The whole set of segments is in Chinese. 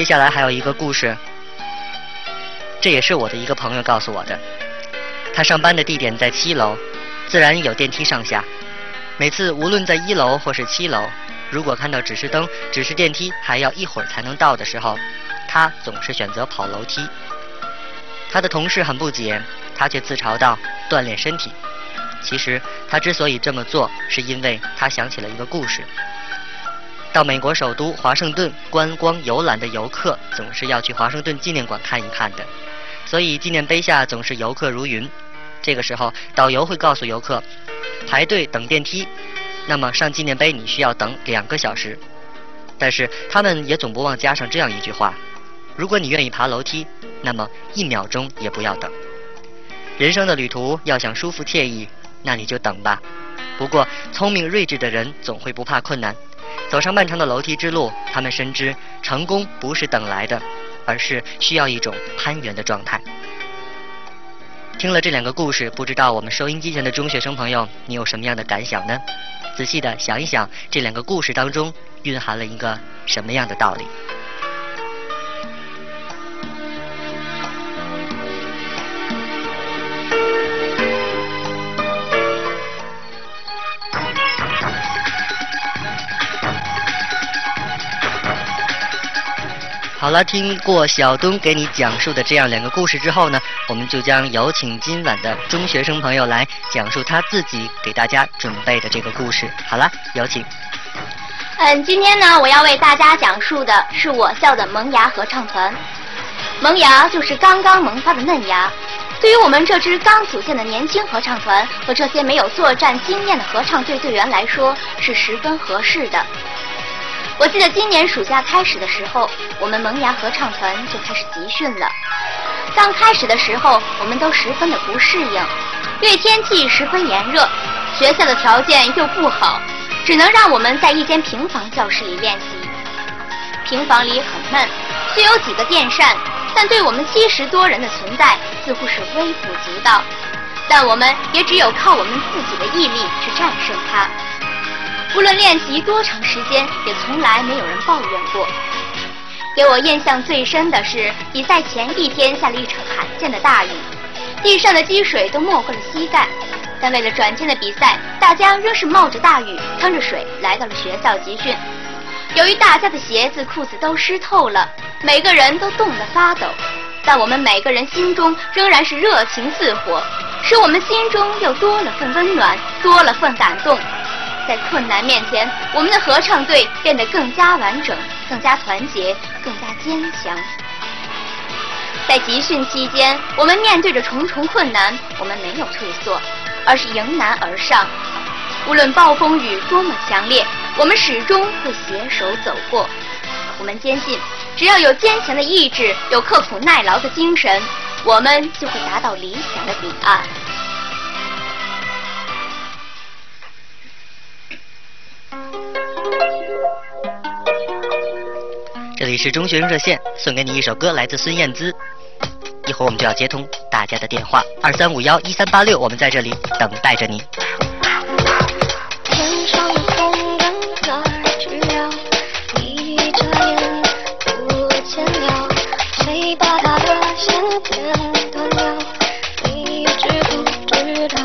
接下来还有一个故事，这也是我的一个朋友告诉我的。他上班的地点在7楼，自然有电梯上下。每次无论在1楼或是7楼，如果看到指示灯、指示电梯还要一会儿才能到的时候，他总是选择跑楼梯。他的同事很不解，他却自嘲道：锻炼身体。其实他之所以这么做，是因为他想起了一个故事。到美国首都华盛顿观光游览的游客总是要去华盛顿纪念馆看一看的，所以纪念碑下总是游客如云。这个时候导游会告诉游客，排队等电梯，那么上纪念碑你需要等2个小时。但是他们也总不忘加上这样一句话：如果你愿意爬楼梯，那么1秒钟也不要等。人生的旅途要想舒服惬意，那你就等吧。不过聪明睿智的人总会不怕困难，走上漫长的楼梯之路，他们深知成功不是等来的，而是需要一种攀援的状态。听了这2个故事，不知道我们收音机前的中学生朋友，你有什么样的感想呢？仔细的想一想，这2个故事当中蕴含了一个什么样的道理？好了，听过小东给你讲述的这样2个故事之后呢，我们就将有请今晚的中学生朋友来讲述他自己给大家准备的这个故事。好了，有请。 今天呢，我要为大家讲述的是我校的萌芽合唱团。萌芽就是刚刚萌发的嫩芽，对于我们这支刚组建的年轻合唱团和这些没有作战经验的合唱队队员来说，是十分合适的。我记得今年暑假开始的时候，我们萌芽合唱团就开始集训了。刚开始的时候，我们都十分的不适应，因为天气十分炎热，学校的条件又不好，只能让我们在一间平房教室里练习。平房里很闷，虽有几个电扇，但对我们70多人的存在似乎是微不足道，但我们也只有靠我们自己的毅力去战胜它。无论练习多长时间，也从来没有人抱怨过。给我印象最深的是比赛前1天下了一场罕见的大雨，地上的积水都没过了膝盖，但为了转天的比赛，大家仍是冒着大雨趟着水来到了学校集训。由于大家的鞋子裤子都湿透了，每个人都冻得发抖，但我们每个人心中仍然是热情似火，使我们心中又多了份温暖，多了份感动。在困难面前，我们的合唱队变得更加完整，更加团结，更加坚强。在集训期间，我们面对着重重困难，我们没有退缩，而是迎难而上。无论暴风雨多么强烈，我们始终会携手走过。我们坚信，只要有坚强的意志，有刻苦耐劳的精神，我们就会达到理想的彼岸。 这里是中学生热线，送给你一首歌，来自孙燕姿。一会儿我们就要接通大家的电话，23511386，我们在这里等待着你。 天上的风筝哪儿去了？一眨眼不见了，谁把它的线剪断了？你知不知道？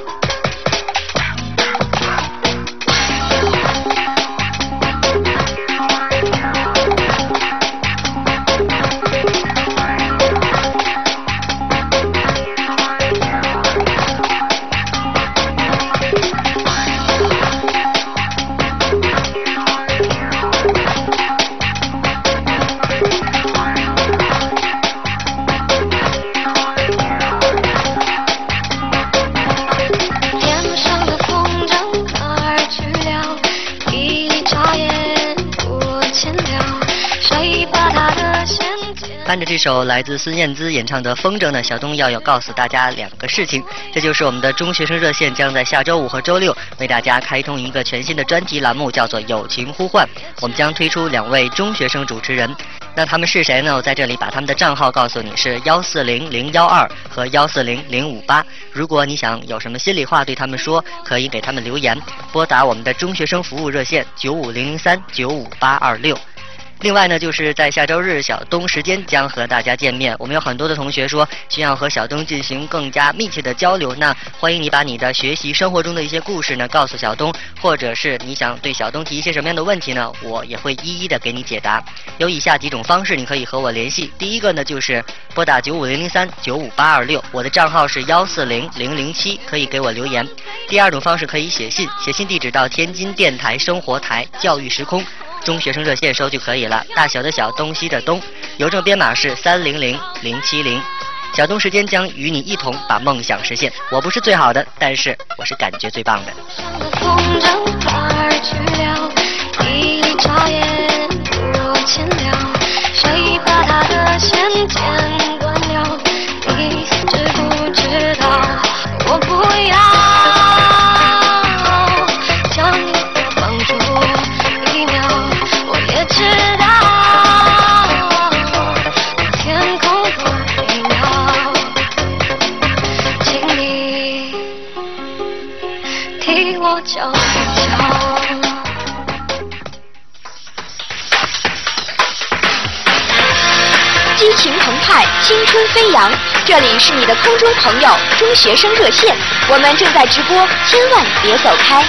伴着这首来自孙燕姿演唱的《风筝》呢，小东要告诉大家2个事情，这就是我们的中学生热线将在下周5和周6为大家开通一个全新的专题栏目，叫做友情呼唤。我们将推出2位中学生主持人，那他们是谁呢？我在这里把他们的账号告诉你，是140012和140058。如果你想有什么心里话对他们说，可以给他们留言，拨打我们的中学生服务热线95003-95826。 另外呢，就是在下周日小东时间将和大家见面。我们有很多的同学说需要和小东进行更加密切的交流，那欢迎你把你的学习生活中的一些故事呢告诉小东，或者是你想对小东提一些什么样的问题呢，我也会一一的给你解答。有以下几种方式你可以和我联系。第一个呢就是拨打95003-95826，我的账号是140007，可以给我留言。第二种方式可以写信，写信地址到天津电台生活台教育时空中学生热线收就可以了，大小的小，东西的东，邮政编码是300070。小东时间将与你一同把梦想实现。我不是最好的，但是我是感觉最棒的。 风筝哪儿去了？一眨眼不若前了。谁把他的线剪断了？你知不知道？我不要将你的放逐一秒，我也知道天空多美妙，请你替我瞧一瞧。 激情澎湃，青春飞扬，这里是你的空中朋友中学生热线，我们正在直播，千万别走开。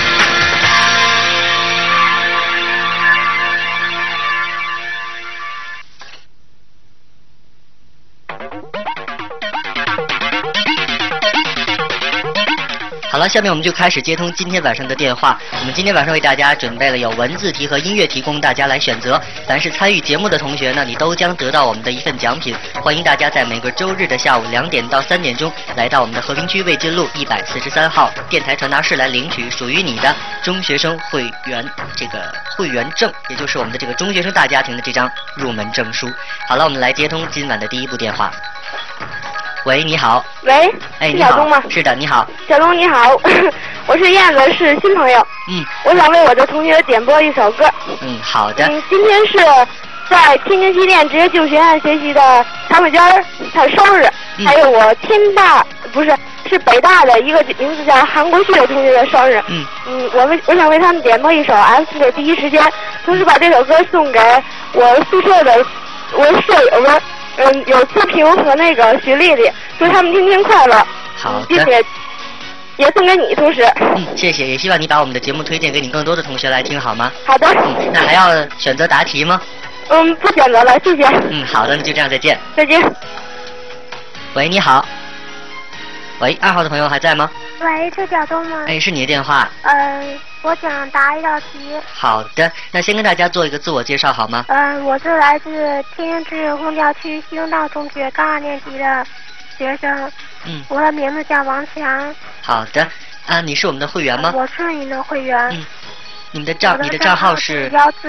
好了，下面我们就开始接通今天晚上的电话。我们今天晚上为大家准备了有文字题和音乐题供大家来选择。凡是参与节目的同学呢，你都将得到我们的一份奖品。欢迎大家在每个周日的下午2点到3点钟来到我们的和平区卫津路143号电台传达室来领取属于你的中学生会员会员证，也就是我们的这个中学生大家庭的这张入门证书。好了，我们来接通今晚的第一部电话。喂，你好。 喂， 哎， 是小东吗？ 是的，你好。 小东你好，我是燕子，是新朋友。我想为我的同学点播一首歌。 好的。 今天是在天津西电职业技术学院学习的唐美娟她生日，还有我是北大的一个名字叫韩国旭的同学的生日。我想为他们点播一首 S 的第一时间，同时把这首歌送给我宿舍的我舍友们。有苏平和那个徐丽丽，祝他们天天快乐。 好的。 并且也送给你同时。 谢谢，也希望你把我们的节目推荐给你更多的同学来听，好吗？ 好的。 那还要选择答题吗？ 不选择了，谢谢。 好的，那就这样，再见。 再见。 喂，你好。喂，2号的朋友还在吗？ 喂，是小东吗？ 哎，是你的电话。 我想答一道题。 好的，那先跟大家做一个自我介绍好吗？ 我是来自天津市虹桥区西东道中学高2年级的学生。我的名字叫王强。 好的，你是我们的会员吗？ 我是您的会员。 你的账号是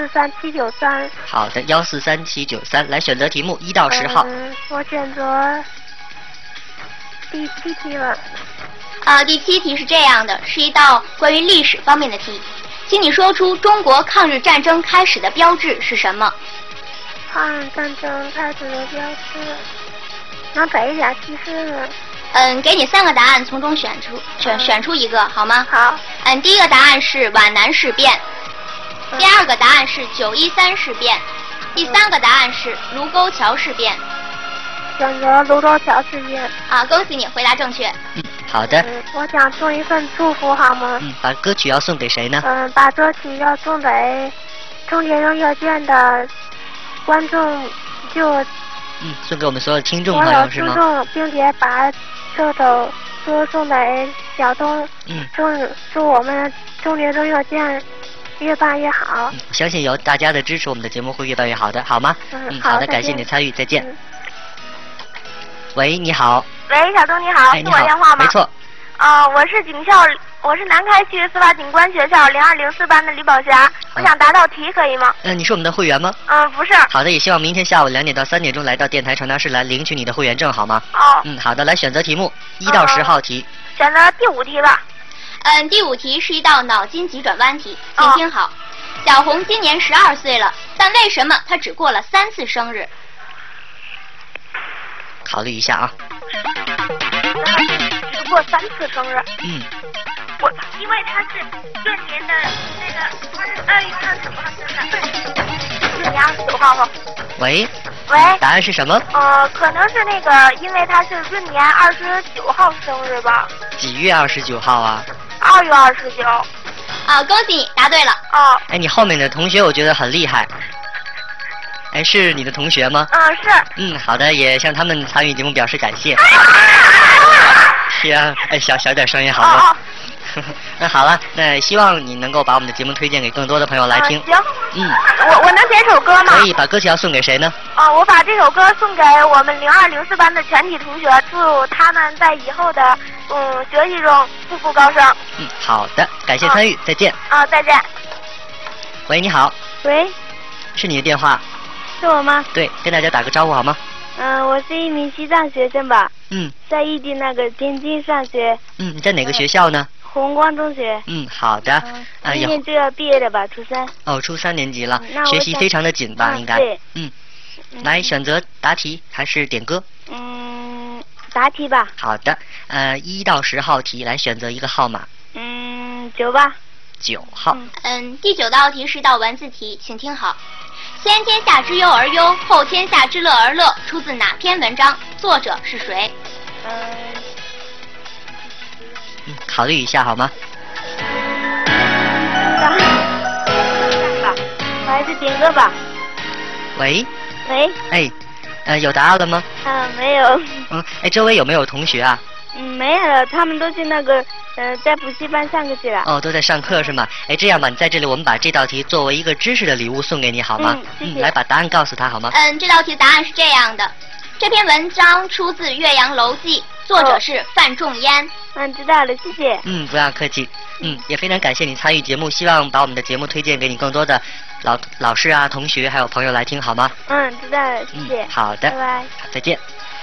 143793。 好的，143793，来选择题目1到10号。 我选择第7题了。 第7题是这样的，是一道关于历史方面的题，请你说出中国抗日战争开始的标志是什么？ 抗日战争开始的标志，能给一点提示吗？ 给你3个答案，从中选出一个，好吗？ 好。 第一个答案是皖南事变，第2个答案是913事变，第3个答案是卢沟桥事变。 选择卢沟桥事变。 恭喜你回答正确。 好的。 我想送一份祝福，好吗？ 把歌曲要送给谁呢？ 把歌曲要送给中学生热线的观众， 送给我们所有听众朋友是吗？ 听众，并且把这首歌送给小东。祝我们中学生热线越办越好。 相信有大家的支持，我们的节目会越办越好的，好吗？好的，感谢你的参与，再见。喂，你好。 喂，小东你好，是我电话吗？ 没错。 我是南开区司法警官学校0204班的李宝霞，我想答道题，可以吗？ 你是我们的会员吗？ 不是。 好的，也希望明天下午2点到3点钟来到电台传达室来领取你的会员证，好吗？好的，来选择题目1到10号题。 选择第5题吧。 第5题是一道脑筋急转弯题，请听好。小红今年12岁了，但为什么她只过了3次生日？ 考虑一下啊。 只过3次生日。因为他是这年的那个看什么真的。 闰年29号。 喂。 喂。 答案是什么？ 可能是那个，因为他是闰年29号生日吧。 几月29号啊 ？2月29。 恭喜你答对了。 哦。 哎，你后面的同学我觉得很厉害。哎，是你的同学吗？ 是。 好的，也向他们参与节目表示感谢。行，哎，小点声音好吗？那好了，那希望你能够把我们的节目推荐给更多的朋友来听。 行。我能点首歌吗？ 可以，把歌曲要送给谁呢？ 我把这首歌送给我们02、04班的全体同学，祝他们在以后的学习中步步高升。 好的，感谢参与，再见。 再见。 喂，你好。 喂。 是你的电话？ 是我吗？ 对，跟大家打个招呼好吗？ 我是一名西藏学生吧。在异地那个天津上学。 你在哪个学校呢？ 红光中学。 好的。 今年就要毕业了吧，初3。 初3年级了，学习非常的紧吧？应该。 对。 来选择答题还是点歌？ 答题吧。 好的，1到10号题，来选择一个号码。 9吧。 9号。 第9道题是一道文字题，请听好。先天下之忧而忧，后天下之乐而乐，出自哪篇文章？作者是谁？ 考虑一下好吗？ 还是点歌吧。 喂。 喂。 有答案了吗？ 没有。 周围有没有同学啊？ 没有，他们都去那个在补习班上课去了。 都在上课是吗？这样吧，你在这里，我们把这道题作为一个知识的礼物送给你好吗？ 谢谢。 来把答案告诉他好吗？ 这道题答案是这样的，这篇文章出自《岳阳楼记》，作者是范仲淹。 知道了，谢谢。 不要客气。也非常感谢你参与节目，希望把我们的节目推荐给你更多的老师啊、同学还有朋友来听好吗？ 知道了，谢谢。 好的， 拜拜。 再见。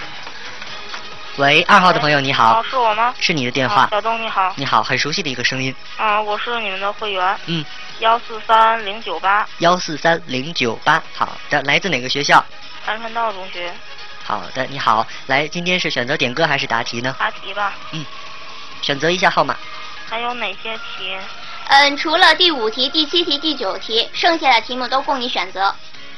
喂，2号的朋友你好。 是我吗？ 是你的电话。 小东你好。 你好，很熟悉的一个声音。 我是你们的会员。143098。 143098。好的，来自哪个学校？ 三川道中学。 好的，你好，来，今天是选择点歌还是答题呢？ 答题吧。 选择一下号码。 还有哪些题？ 除了第5题、第7题、第9题，剩下的题目都供你选择。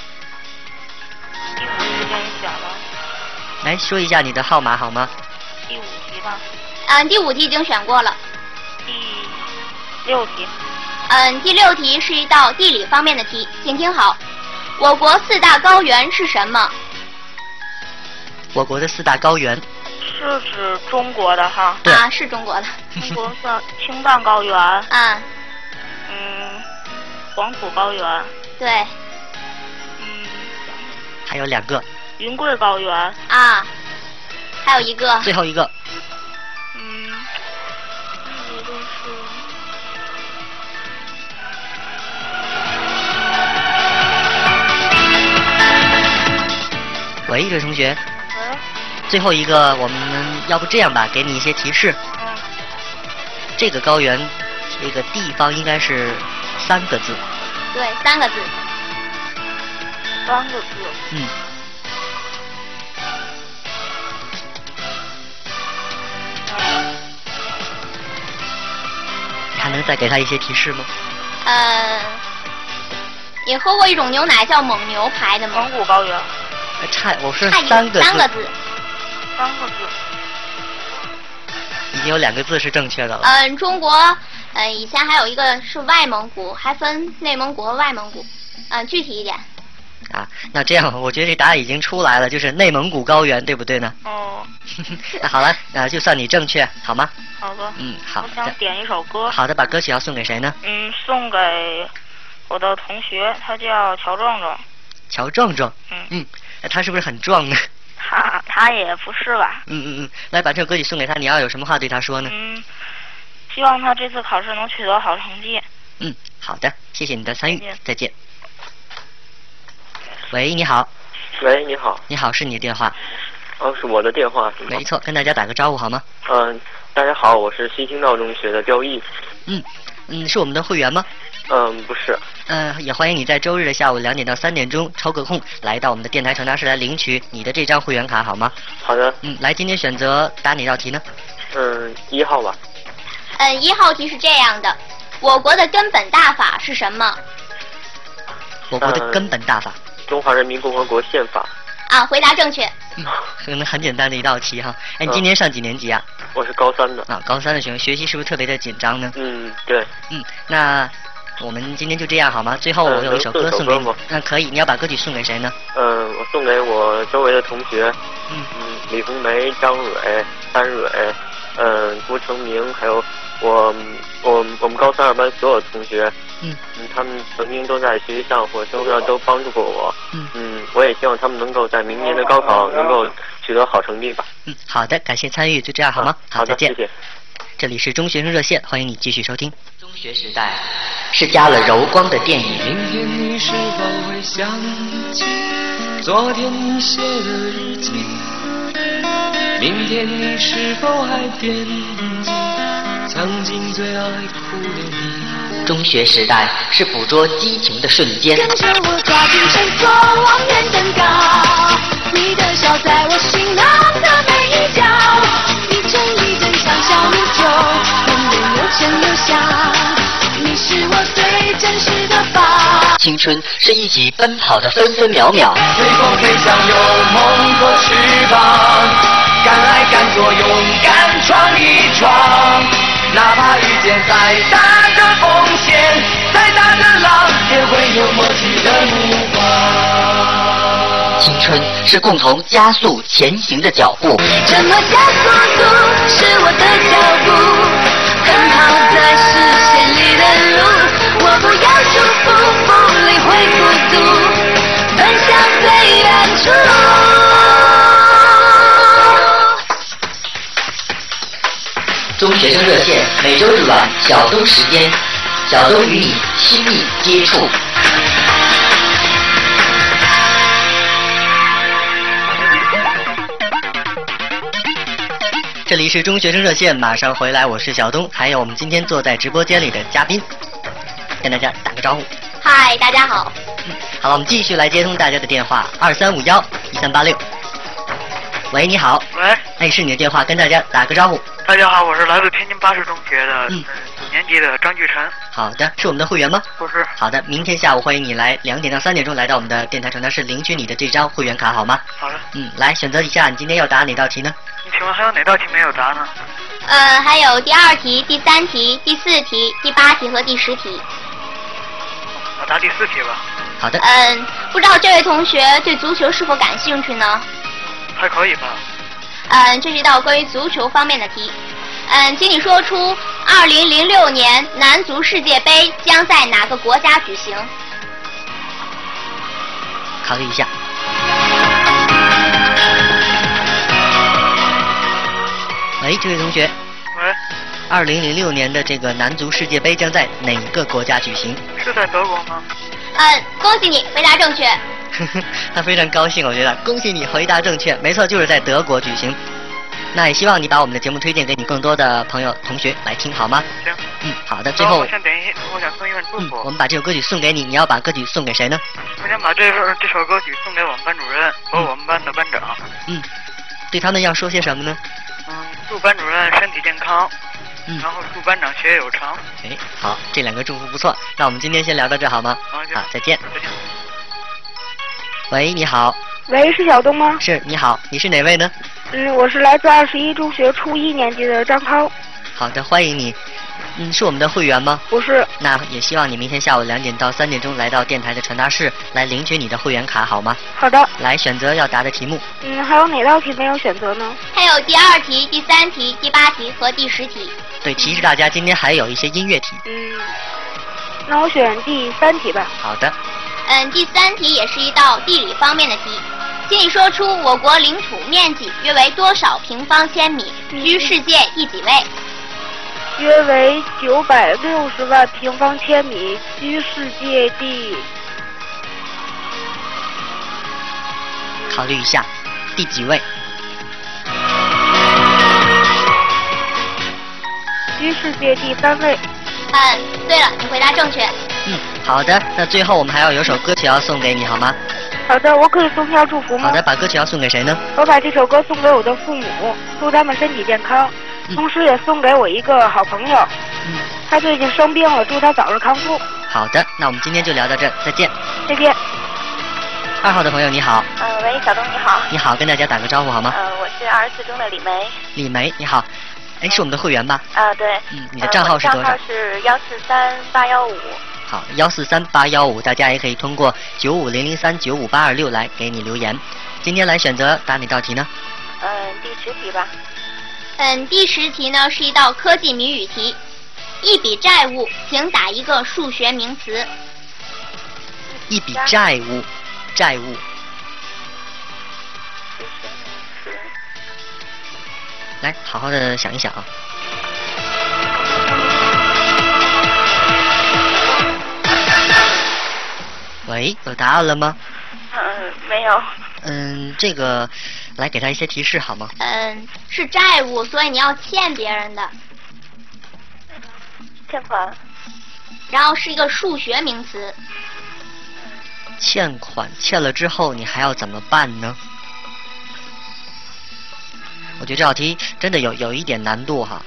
第5题给你选了。 来说一下你的号码好吗？ 第5题吧。 第5题已经选过了。 第6题。 第6题是一道地理方面的题，请听好。我国4大高原是什么？ 我国的4大高原。 是指中国的哈？ 对。 是中国的。 中国的青藏高原。黄土高原。 对。 还有2个。 云贵高原。 还有一个。 最后一个。 一个是。 喂，这位同学。最后一个，我们要不这样吧，给你一些提示。这个高原，这个地方应该是3个字。 对，3个字。 3个字。 还能再给他一些提示吗？ 你喝过一种牛奶叫蒙牛牌的吗？ 蒙古高原。 我说3个字。 3个字。 已经有2个字是正确的了。 中国以前还有一个是外蒙古，还分内蒙古和外蒙古。具体一点。 那这样我觉得这答案已经出来了，就是内蒙古高原，对不对呢？那好了，就算你正确，好吗？ 好的。 好。 我想点一首歌。 好的，把歌曲要送给谁呢？ 送给我的同学，他叫乔壮壮。 乔壮壮。他是不是很壮呢？ 他也不是吧。 来把这首歌曲送给他，你要有什么话对他说呢？ 希望他这次考试能取得好成绩。 好的，谢谢你的参与，再见。喂，你好。 喂，你好。 你好，是你的电话。 是我的电话是吗？ 没错，跟大家打个招呼好吗？ 大家好，我是西青道中学的刁毅。 是我们的会员吗？ 不是。 也欢迎你在周日的下午2点到3点钟抽个空来到我们的电台传达室来领取你的这张会员卡好吗？ 好的。 来，今天选择答哪道题呢 ？1号吧。 1号题是这样的，我国的根本大法是什么？ 我国的根本大法。 中华人民共和国宪法。 啊，回答正确。 可能很简单的一道题哈。哎，你今年上几年级啊？ 我是高3的。 啊，高3的学生，学习是不是特别的紧张呢？ 对。 那我们今天就这样好吗？最后我有一首歌送给你。可以，你要把歌曲送给谁呢？ 我送给我周围的同学。李红梅、张蕊、安蕊，郭成明，还有我们高3、2班所有同学。他们曾经都在学习上或生活上都帮助过我。我也希望他们能够在明年的高考能够取得好成绩吧。 好的，感谢参与，就这样好吗？ 好， 再见。 谢谢。 这里是中学生热线，欢迎你继续收听。中学时代是加了柔光的电影。 明天你是否会想起昨天你写的日记？明天你是否还惦记曾经最爱哭的你？ 中学时代是捕捉激情的瞬间。 跟着我抓紧绳索，往远登高，你的笑在我心囊的每一角，一阵一阵上下如酒，永远有真有假，你是我最真实的宝。 青春是一起奔跑的分分秒秒。 随风飞翔，有梦做翅膀，敢爱敢做，勇敢闯一闯，哪怕遇见再大的风险，再大的浪，也会有默契的目光。 青春是共同加速前行的脚步。 这么加速度是我的脚步，奔跑在视线里的路，我不要束缚，不理会孤独，奔向最远处。 中学生热线每周日晚小东时间，小东与你亲密接触。这里是中学生热线，马上回来，我是小东，还有我们今天坐在直播间里的嘉宾，跟大家打个招呼。 嗨，大家好。 好了，我们继续来接通大家的电话，2351-1386。喂，你好。 喂。 哎，是你的电话，跟大家打个招呼。 大家好，我是来自天津巴士中学的9年级的张巨晨。 好的，是我们的会员吗？ 不是。 好的，明天下午欢迎你来2点到3点钟来到我们的电台传达室领取你的这张会员卡，好吗？ 好的。 来选择一下，你今天要答哪道题呢？ 你请问还有哪道题没有答呢？ 还有第2题、第3题、第4题、第8题和第10题。 我答第4题吧。 好的。 不知道这位同学对足球是否感兴趣呢？ 还可以吧。 这是一道关于足球方面的题。请你说出2006年男足世界杯将在哪个国家举行？ 考虑一下。喂，这位同学。 喂。 2006年的这个男足世界杯将在哪个国家举行？ 是在德国吗？ 恭喜你回答正确。 他非常高兴，我觉得恭喜你回答正确，没错，就是在德国举行。那也希望你把我们的节目推荐给你更多的朋友同学来听，好吗？ 行。 好的。最后， 我想送一份祝福。 我们把这首歌曲送给你，你要把歌曲送给谁呢？ 我想把这首歌曲送给我们班主任和我们班的班长。 对他们要说些什么呢？ 祝班主任身体健康。然后祝班长学业有成。 好，这2个祝福不错。那我们今天先聊到这好吗？ 好， 再见。 再见。 喂，你好。 喂，是小东吗？ 是，你好，你是哪位呢？ 我是来自21中学初1年级的张涛。 好的，欢迎你。是我们的会员吗？ 不是。 那也希望你明天下午2点到3点钟来到电台的传达室来领取你的会员卡，好吗？ 好的。 来选择要答的题目。 还有哪道题没有选择呢？ 还有第2题、第3题、第8题和第10题。 对，提示大家今天还有一些音乐题。 那我选第3题吧。 好的。 第3题也是一道地理方面的题，请你说出我国领土面积约为多少平方千米，居世界第几位？ 约为960万平方千米，居世界第。 考虑一下，第几位？ 居世界第3位。 对了，你回答正确。 好的。那最后我们还要有首歌曲要送给你，好吗？ 好的，我可以送条祝福吗？ 好的，把歌曲要送给谁呢？ 我把这首歌送给我的父母，祝他们身体健康，同时也送给我一个好朋友。他最近生病了，祝他早日康复。 好的，那我们今天就聊到这儿，再见。 再见。 2号的朋友你好。 喂，小东你好。 你好，跟大家打个招呼好吗？ 我是24中的李梅。 李梅你好，哎，是我们的会员吧？ 对。 你的账号是多少？ 账号是143815。 好，143815，大家也可以通过95003-95826来给你留言。今天来选择答哪道题呢？ 第10题吧。 第10题呢是一道科技谜语题，一笔债务，请打一个数学名词。 一笔债务，债务。来，好好的想一想啊。喂，有答案了吗？ 没有。 这个，来给他一些提示好吗？ 是债务，所以你要欠别人的。 欠款。 然后是一个数学名词。 欠款，欠了之后你还要怎么办呢？我觉得这道题真的有一点难度哈。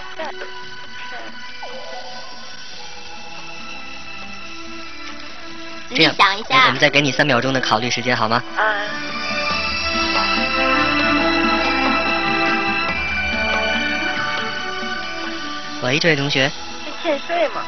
这样， 想一下， 我们再给你3秒钟的考虑时间好吗？喂，这位同学。 是欠税吗？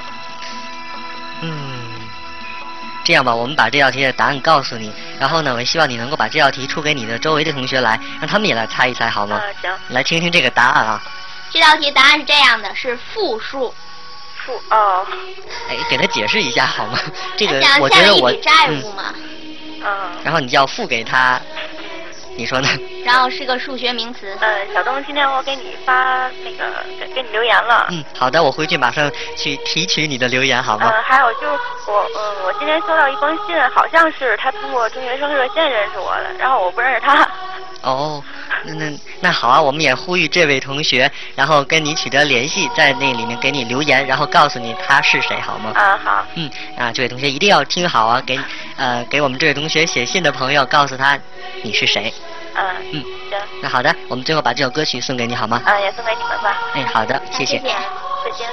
这样吧，我们把这道题的答案告诉你，然后呢，我希望你能够把这道题出给你的周围的同学来，让他们也来猜一猜，好吗？ 行。 来听听这个答案啊。 这道题答案是这样的，是负数。 哎，给他解释一下好吗？这个我觉得一笔债务嘛。 然后你就要付给他，你说呢？ 然后是个数学名词。 小东，今天我给你发那个给你留言了。 好的，我回去马上去提取你的留言好吗？ 还有就我今天收到一封信，好像是他通过中学生热线认识我的，然后我不认识他。 那好啊，我们也呼吁这位同学，然后跟你取得联系，在那里面给你留言，然后告诉你他是谁，好吗？ 好。 这位同学一定要听好啊，给我们这位同学写信的朋友告诉他你是谁。 行。 那好的，我们最后把这首歌曲送给你好吗？ 也送给你们吧。 好的，谢谢。 再见。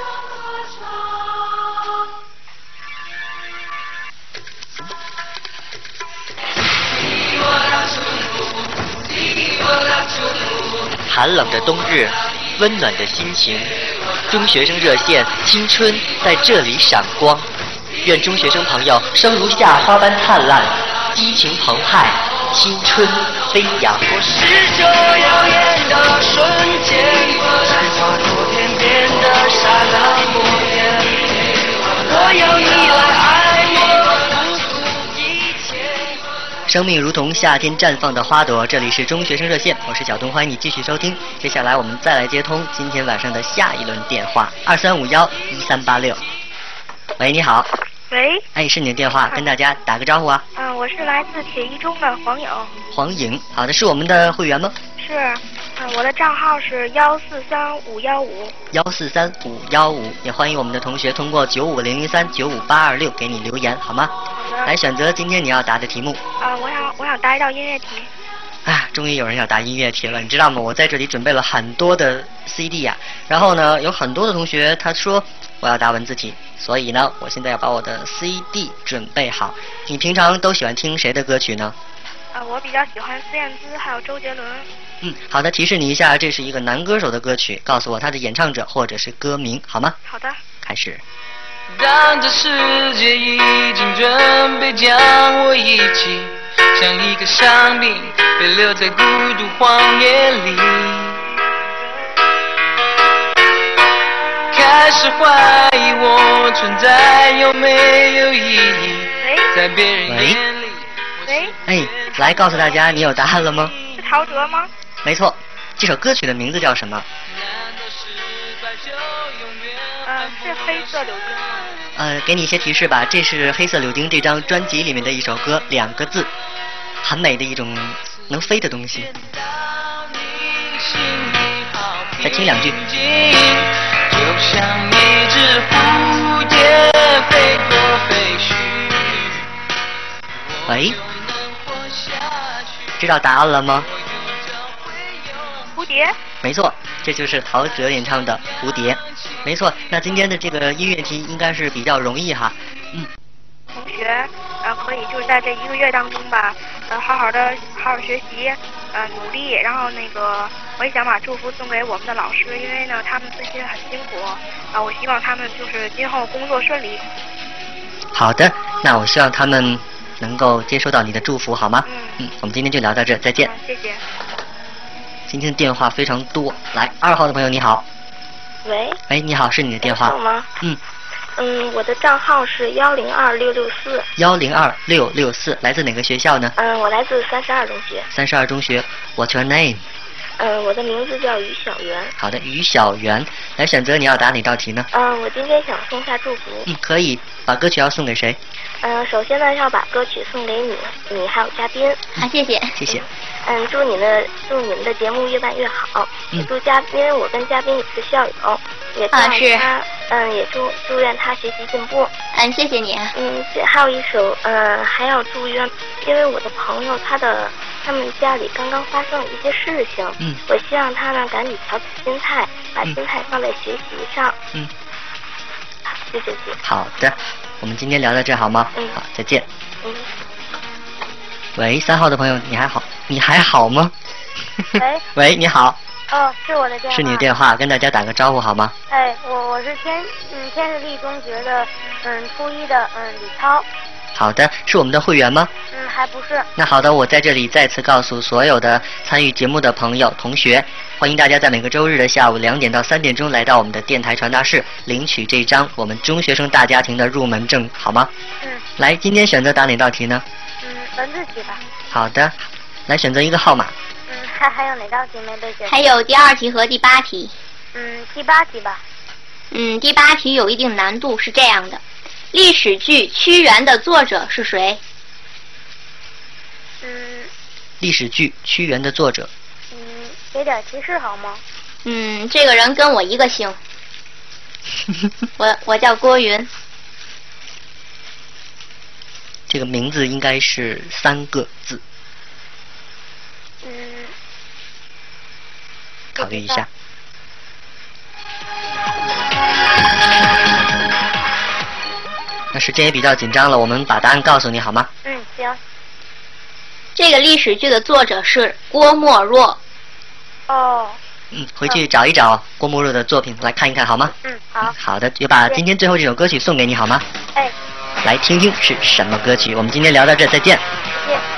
寒冷的冬日，温暖的心情，中学生热线，青春在这里闪光。愿中学生朋友生如夏花般灿烂，激情澎湃，青春飞扬。 我是这耀眼的瞬间，制造昨天变得刹那不变。我要你来爱我，不顾一切。 生命如同夏天绽放的花朵，这里是中学生热线，我是小东，欢迎你继续收听。接下来我们再来接通今天晚上的下一轮电话，2351-1386。喂，你好。 喂。 哎，是你的电话，跟大家打个招呼啊。 我是来自铁一中的黄颖。 黄颖，好的，是我们的会员吗？ 是，我的账号是143515。 143515，也欢迎我们的同学通过95003-95826给你留言，好吗？ 好的。 来选择今天你要答的题目。 我想答一道音乐题。 终于有人要答音乐题了，你知道吗？我在这里准备了很多的 CD 呀，然后呢，有很多的同学他说我要答文字题，所以呢，我现在要把我的 CD 准备好。你平常都喜欢听谁的歌曲呢？ 我比较喜欢孙燕姿还有周杰伦。 好的，提示你一下，这是一个男歌手的歌曲，告诉我他的演唱者或者是歌名，好吗？ 好的。 开始。 当这世界已经准备将我遗弃，像一个伤兵被留在孤独荒野里，开始怀疑我存在有没有意义，在别人眼里。 喂。 来告诉大家，你有答案了吗？ 是陶喆吗？ 没错，这首歌曲的名字叫什么？ 是黑色柳丁吗？ 给你一些提示吧，这是黑色柳丁这张专辑里面的一首歌，2个字，很美的一种能飞的东西。再听2句。 就像一只蝴蝶飞过废墟。 喂，知道答案了吗？ 蝴蝶。 没错，这就是陶喆演唱的《蝴蝶》。没错，那今天的这个音乐题应该是比较容易哈。 同学，可以就是在这1个月当中吧，好好学习，努力，然后我也想把祝福送给我们的老师，因为呢他们最近很辛苦，我希望他们就是今后工作顺利。 好的，那我希望他们能够接收到你的祝福，好吗？我们今天就聊到这，再见。 谢谢。 今天的电话非常多，来，2号的朋友你好。 喂。 喂，你好，是你的电话。 好吗？我的账号是102664。102664， 来自哪个学校呢？ 我来自32中学。 32中学 ，What's your name？ 我的名字叫于小媛。 好的，于小媛，来选择你要答哪道题呢？ 我今天想送下祝福。 可以，把歌曲要送给谁？ 首先呢，要把歌曲送给你还有嘉宾。 好，谢谢。 谢谢。 祝你们的节目越办越好。因为我跟嘉宾也是校友，也祝愿他学习进步。 谢谢你。 还有一首还要祝愿，因为我的朋友他们家里刚刚发生了一些事情，我希望他呢赶紧调整心态，把心态放在学习上。谢谢。 好的，我们今天聊到这好吗？好，再见。喂，3号的朋友，你还好吗？ 喂。 喂，你好。 是我的电话。 是你的电话，跟大家打个招呼好吗？ 我是天士力中学的初一的李超。 好的，是我们的会员吗？ 还不是。 那好的，我在这里再次告诉所有的参与节目的朋友、同学，欢迎大家在每个周日的下午2点到3点钟来到我们的电台传达室，领取这张我们中学生大家庭的入门证，好吗？来，今天选择答哪道题呢？ 文字题吧。 好的，来选择一个号码。 还有哪道题没被选？ 还有第2题和第8题。 第8题吧。 第8题有一定难度，是这样的。历史剧《屈原》的作者是谁？ 历史剧《屈原》的作者。 给点提示好吗？ 这个人跟我一个姓。我叫郭云。 这个名字应该是3个字。考虑一下。那时间也比较紧张了，我们把答案告诉你好吗？ 行。 这个历史剧的作者是郭沫若。 回去找一找郭沫若的作品来看一看好吗？ 好。 好的，就把今天最后这首歌曲送给你好吗？来听听是什么歌曲。我们今天聊到这，再见。 再见。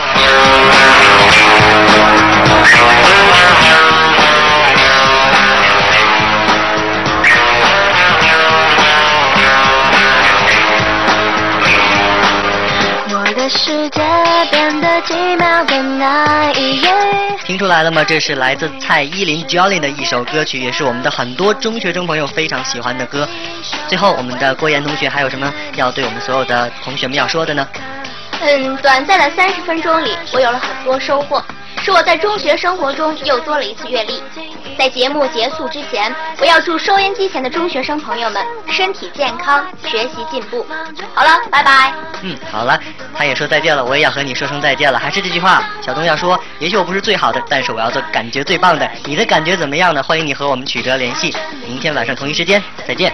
世界变得奇妙的那一夜。 听出来了吗？这是来自蔡依林 Jolin 的一首歌曲，也是我们的很多中学生朋友非常喜欢的歌。最后，我们的郭岩同学还有什么要对我们所有的同学们要说的呢？ 短暂的30分钟里，我有了很多收获，是我在中学生活中又多了一次阅历。在节目结束之前，我要祝收音机前的中学生朋友们身体健康，学习进步。好了，拜拜。 好了，他也说再见了，我也要和你说声再见了。还是这句话，小东要说，也许我不是最好的，但是我要做感觉最棒的。你的感觉怎么样呢？欢迎你和我们取得联系。明天晚上同一时间再见。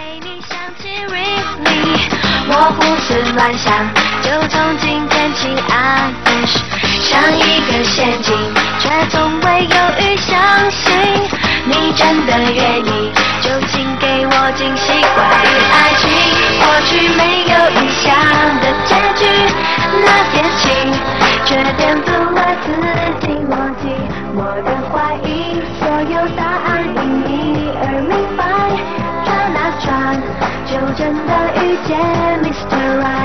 我胡思乱想，就从今天起 I wish 像一个陷阱，却从未犹豫相信你真的愿意，就请给我惊喜。关于爱情，或许没有预想的结局，那些情却颠覆了自己逻辑。我的怀疑，所有答案因你而明白，转啊转，就真的遇见 Mr. Right。